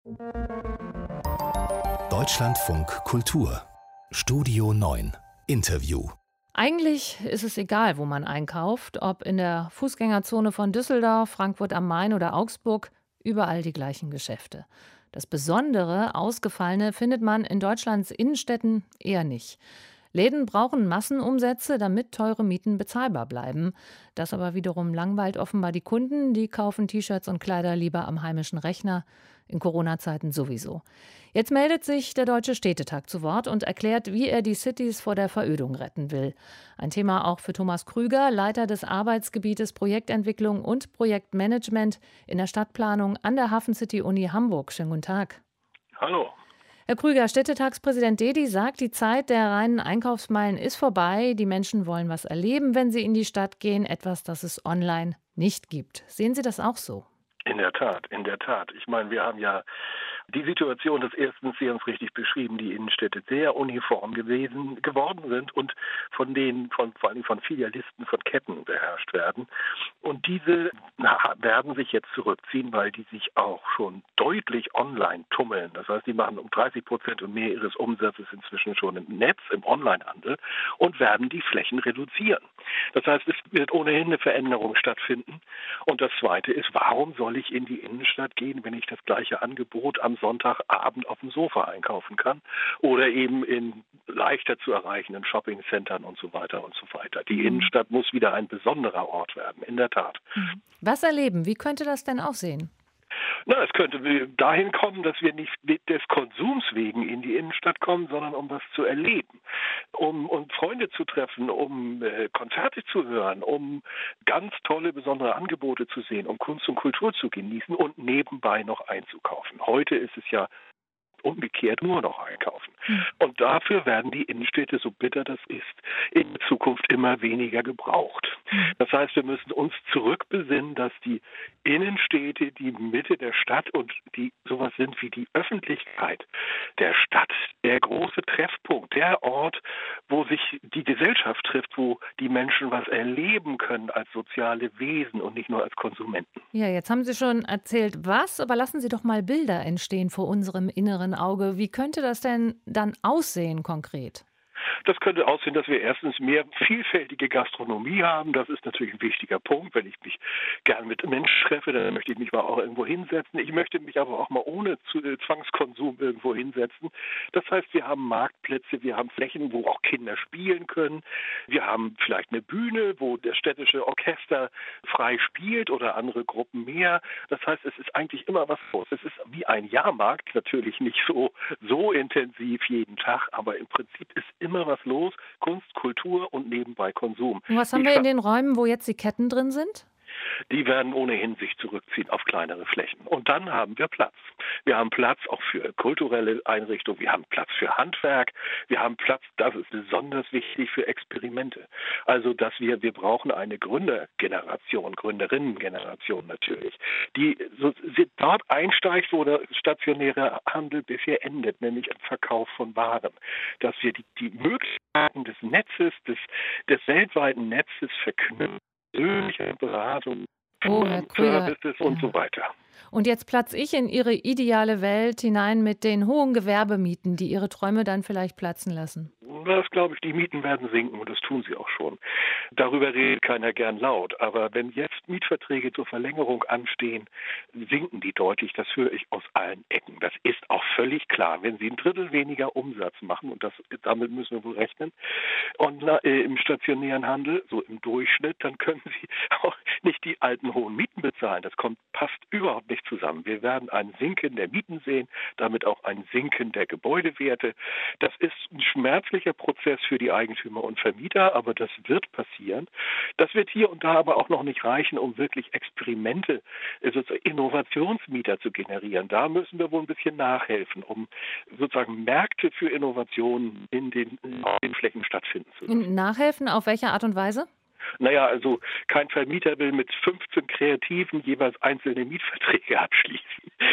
Deutschlandfunk Kultur Studio 9 Interview. Eigentlich ist es egal, wo man einkauft, ob in der Fußgängerzone von Düsseldorf, Frankfurt am Main oder Augsburg, überall die gleichen Geschäfte. Das Besondere, Ausgefallene findet man in Deutschlands Innenstädten eher nicht. Läden brauchen Massenumsätze, damit teure Mieten bezahlbar bleiben. Das aber wiederum langweilt offenbar die Kunden, die kaufen T-Shirts und Kleider lieber am heimischen Rechner, in Corona-Zeiten sowieso. Jetzt meldet sich der Deutsche Städtetag zu Wort und erklärt, wie er die Cities vor der Verödung retten will. Ein Thema auch für Thomas Krüger, Leiter des Arbeitsgebietes Projektentwicklung und Projektmanagement in der Stadtplanung an der Hafen City Uni Hamburg. Schönen guten Tag. Hallo. Herr Krüger, Städtetagspräsident Dedi sagt, die Zeit der reinen Einkaufsmeilen ist vorbei. Die Menschen wollen was erleben, wenn sie in die Stadt gehen. Etwas, das es online nicht gibt. Sehen Sie das auch so? In der Tat, in der Tat. Ich meine, wir haben ja die Situation, dass erstens, Sie haben es richtig beschrieben, die Innenstädte sehr uniform geworden sind und vor allem von Filialisten, von Ketten beherrscht werden. Und diese werden sich jetzt zurückziehen, weil die sich auch schon deutlich online tummeln. Das heißt, die machen um 30% und mehr ihres Umsatzes inzwischen schon im Netz, im Onlinehandel und werden die Flächen reduzieren. Das heißt, es wird ohnehin eine Veränderung stattfinden. Und das Zweite ist, warum soll ich in die Innenstadt gehen, wenn ich das gleiche Angebot am Sonntagabend auf dem Sofa einkaufen kann oder eben in leichter zu erreichenden Shoppingcentern und so weiter und so weiter. Die Innenstadt muss wieder ein besonderer Ort werden, in der Tat. Was erleben? Wie könnte das denn aussehen? Es könnte dahin kommen, dass wir nicht des Konsums wegen in die Innenstadt kommen, sondern um was zu erleben, um Freunde zu treffen, um Konzerte zu hören, um ganz tolle, besondere Angebote zu sehen, um Kunst und Kultur zu genießen und nebenbei noch einzukaufen. Heute ist es ja umgekehrt nur noch einkaufen. Und dafür werden die Innenstädte, so bitter das ist, in Zukunft immer weniger gebraucht. Das heißt, wir müssen uns zurückbesinnen, dass die Innenstädte die Mitte der Stadt und die sowas sind wie die Öffentlichkeit der Stadt, der große Treffpunkt, der Ort, wo sich die Gesellschaft trifft, wo die Menschen was erleben können als soziale Wesen und nicht nur als Konsumenten. Ja, jetzt haben Sie schon erzählt, was, aber lassen Sie doch mal Bilder entstehen vor unserem inneren Auge. Wie könnte das denn dann aussehen konkret? Das könnte aussehen, dass wir erstens mehr vielfältige Gastronomie haben. Das ist natürlich ein wichtiger Punkt. Wenn ich mich gern mit Menschen treffe, dann möchte ich mich mal auch irgendwo hinsetzen. Ich möchte mich aber auch mal ohne Zwangskonsum irgendwo hinsetzen. Das heißt, wir haben Marktplätze, wir haben Flächen, wo auch Kinder spielen können. Wir haben vielleicht eine Bühne, wo das städtische Orchester frei spielt oder andere Gruppen mehr. Das heißt, es ist eigentlich immer was los. Es ist wie ein Jahrmarkt, natürlich nicht so intensiv jeden Tag, aber im Prinzip ist immer was los, Kunst, Kultur und nebenbei Konsum. Und was haben wir in den Räumen, wo jetzt die Ketten drin sind? Die werden ohnehin sich zurückziehen auf kleinere Flächen. Und dann haben wir Platz. Wir haben Platz auch für kulturelle Einrichtungen, wir haben Platz für Handwerk, wir haben Platz, das ist besonders wichtig, für Experimente. Also, dass wir brauchen eine Gründergeneration, Gründerinnengeneration natürlich, die dort einsteigt, wo der stationäre Handel bisher endet, nämlich im Verkauf von Waren. Dass wir die Möglichkeiten des Netzes, des weltweiten Netzes verknüpfen, persönliche Beratung, Services und so weiter. Und jetzt platze ich in Ihre ideale Welt hinein mit den hohen Gewerbemieten, die Ihre Träume dann vielleicht platzen lassen. Das glaube ich, die Mieten werden sinken und das tun sie auch schon. Darüber redet keiner gern laut. Aber wenn jetzt Mietverträge zur Verlängerung anstehen, sinken die deutlich. Das höre ich aus allen Ecken. Das ist auch völlig klar. Wenn Sie ein Drittel weniger Umsatz machen, und damit müssen wir wohl rechnen, und im stationären Handel, so im Durchschnitt, dann können Sie auch nicht die alten hohen Mieten bezahlen. Das passt überhaupt nicht zusammen. Wir werden ein Sinken der Mieten sehen, damit auch ein Sinken der Gebäudewerte. Das ist ein schmerzlicher Prozess für die Eigentümer und Vermieter, aber das wird passieren. Das wird hier und da aber auch noch nicht reichen, um wirklich Experimente, sozusagen Innovationsmieter zu generieren. Da müssen wir wohl ein bisschen nachhelfen, um sozusagen Märkte für Innovationen in den Flächen stattfinden zu lassen. Nachhelfen auf welche Art und Weise? Naja, also kein Vermieter will mit 15 Kreativen jeweils einzelne Mietverträge abschließen.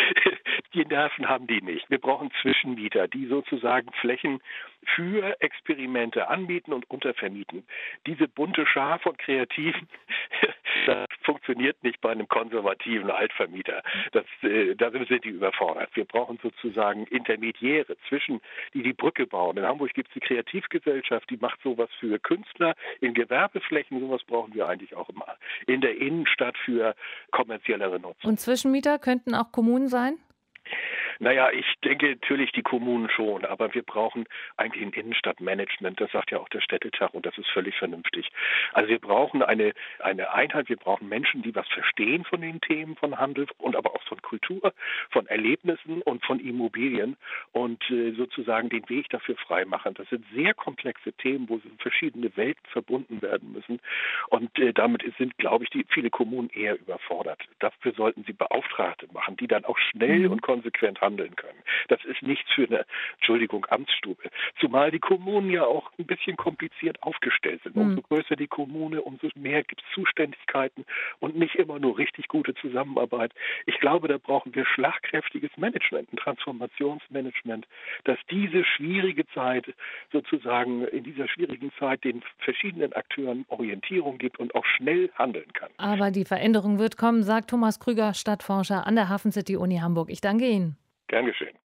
Die Nerven haben die nicht. Wir brauchen Zwischenmieter, die sozusagen Flächen für Experimente anbieten und untervermieten. Diese bunte Schar von Kreativen, funktioniert nicht bei einem konservativen Altvermieter. Da sind die überfordert. Wir brauchen sozusagen Intermediäre die Brücke bauen. In Hamburg gibt es die Kreativgesellschaft, die macht sowas für Künstler in Gewerbeflächen. Sowas brauchen wir eigentlich auch immer. In der Innenstadt für kommerziellere Nutzung. Und Zwischenmieter könnten auch Kommunen sein? Naja, ich denke natürlich die Kommunen schon, aber wir brauchen eigentlich ein Innenstadtmanagement, das sagt ja auch der Städtetag und das ist völlig vernünftig. Also wir brauchen eine Einheit, wir brauchen Menschen, die was verstehen von den Themen von Handel und aber auch von Kultur, von Erlebnissen und von Immobilien und sozusagen den Weg dafür freimachen. Das sind sehr komplexe Themen, wo verschiedene Welten verbunden werden müssen und damit sind, glaube ich, viele Kommunen eher überfordert. Dafür sollten sie Beauftragte machen, die dann auch schnell und konsequent handeln können. Das ist nichts für eine, Amtsstube. Zumal die Kommunen ja auch ein bisschen kompliziert aufgestellt sind. Umso größer die Kommune, umso mehr gibt es Zuständigkeiten und nicht immer nur richtig gute Zusammenarbeit. Ich glaube, da brauchen wir schlagkräftiges Management, ein Transformationsmanagement, das diese schwierige Zeit sozusagen in dieser schwierigen Zeit den verschiedenen Akteuren Orientierung gibt und auch schnell handeln kann. Aber die Veränderung wird kommen, sagt Thomas Krüger, Stadtforscher an der Hafen City Uni Hamburg. Ich danke Ihnen. Gern geschehen.